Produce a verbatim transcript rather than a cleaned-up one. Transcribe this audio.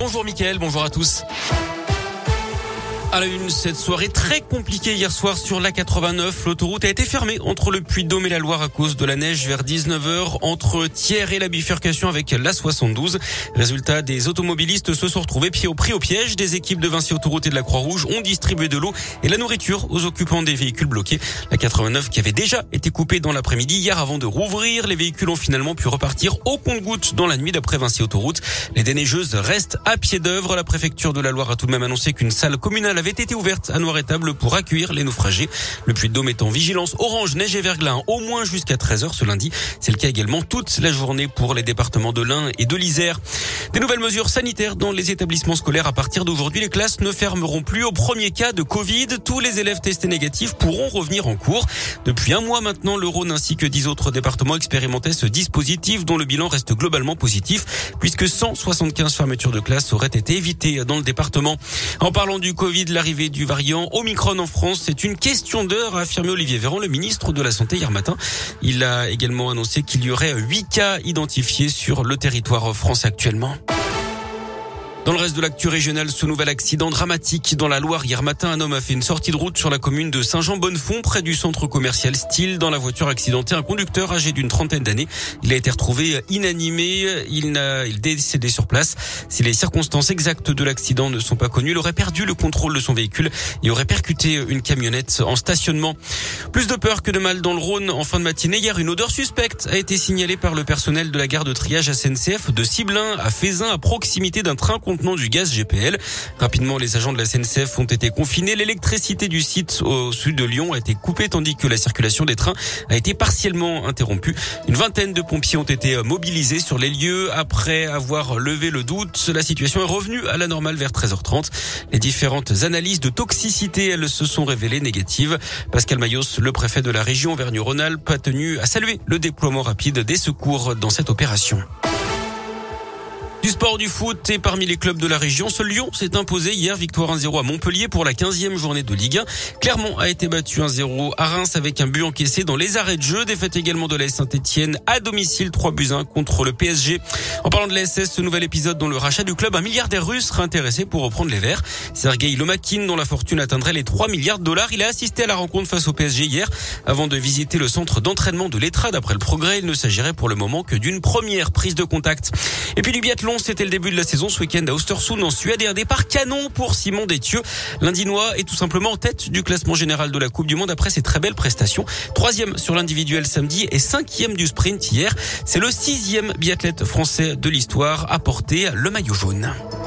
Bonjour Mickaël, bonjour à tous. À la une, cette soirée très compliquée hier soir sur l'A quatre-vingt-neuf. L'autoroute a été fermée entre le Puy-de-Dôme et la Loire à cause de la neige vers dix-neuf heures entre Thiers et la bifurcation avec l'A soixante-douze. Résultat, des automobilistes se sont retrouvés pieds au pris au piège. Des équipes de Vinci Autoroute et de la Croix-Rouge ont distribué de l'eau et la nourriture aux occupants des véhicules bloqués. La quatre-vingt-neuf qui avait déjà été coupée dans l'après-midi hier avant de rouvrir. Les véhicules ont finalement pu repartir au compte-gouttes dans la nuit d'après Vinci Autoroute. Les déneigeuses restent à pied d'œuvre. La préfecture de la Loire a tout de même annoncé qu'une salle communale avait été ouverte à Noiretable pour accueillir les naufragés. Le Puy-de-Dôme est en vigilance orange, neige et verglas au moins jusqu'à treize heures ce lundi. C'est le cas également toute la journée pour les départements de l'Ain et de l'Isère. Des nouvelles mesures sanitaires dans les établissements scolaires. À partir d'aujourd'hui, les classes ne fermeront plus au premier cas de Covid. Tous les élèves testés négatifs pourront revenir en cours. Depuis un mois maintenant, le Rhône ainsi que dix autres départements expérimentaient ce dispositif dont le bilan reste globalement positif puisque cent soixante-quinze fermetures de classes auraient été évitées dans le département. En parlant du Covid, l'arrivée du variant Omicron en France, c'est une question d'heure, a affirmé Olivier Véran, le ministre de la Santé hier matin. Il a également annoncé qu'il y aurait huit cas identifiés sur le territoire français actuellement. Dans le reste de l'actu régionale, ce nouvel accident dramatique dans la Loire. Hier matin, un homme a fait une sortie de route sur la commune de Saint-Jean-Bonnefond, près du centre commercial Style. Dans la voiture accidentée, un conducteur âgé d'une trentaine d'années. Il a été retrouvé inanimé. Il n'a, il est décédé sur place. Si les circonstances exactes de l'accident ne sont pas connues, il aurait perdu le contrôle de son véhicule et aurait percuté une camionnette en stationnement. Plus de peur que de mal dans le Rhône. En fin de matinée, hier, une odeur suspecte a été signalée par le personnel de la gare de triage S N C F de Ciblin à Fézin, à proximité d'un train contenant du gaz G P L. Rapidement, les agents de la S N C F ont été confinés. L'électricité du site au sud de Lyon a été coupée tandis que la circulation des trains a été partiellement interrompue. Une vingtaine de pompiers ont été mobilisés sur les lieux. Après avoir levé le doute, la situation est revenue à la normale vers treize heures trente. Les différentes analyses de toxicité, elles se sont révélées négatives. Pascal Mayos, le préfet de la région Auvergne-Rhône-Alpes, a tenu à saluer le déploiement rapide des secours dans cette opération. Du sport, du foot et parmi les clubs de la région, seul Lyon s'est imposé hier, victoire un zéro à Montpellier pour la quinzième journée de Ligue un. Clermont a été battu un zéro à Reims avec un but encaissé dans les arrêts de jeu. Défaite également de l'A S Saint-Etienne à domicile, trois buts à un contre le P S G. En parlant de l'A S S, ce nouvel épisode dans le rachat du club, un milliardaire russe sera intéressé pour reprendre les Verts. Sergei Lomakin, dont la fortune atteindrait les trois milliards de dollars, il a assisté à la rencontre face au P S G hier avant de visiter le centre d'entraînement de l'E T R A. D'après le Progrès, il ne s'agirait pour le moment que d'une première prise de contact. Et puis du biathlon, c'était le début de la saison ce week-end à Östersund en Suède et un départ canon pour Simon Détieux. L'Indinois est tout simplement en tête du classement général de la Coupe du Monde après ses très belles prestations. Troisième sur l'individuel samedi et cinquième du sprint hier. C'est le sixième biathlète français de l'histoire à porter le maillot jaune.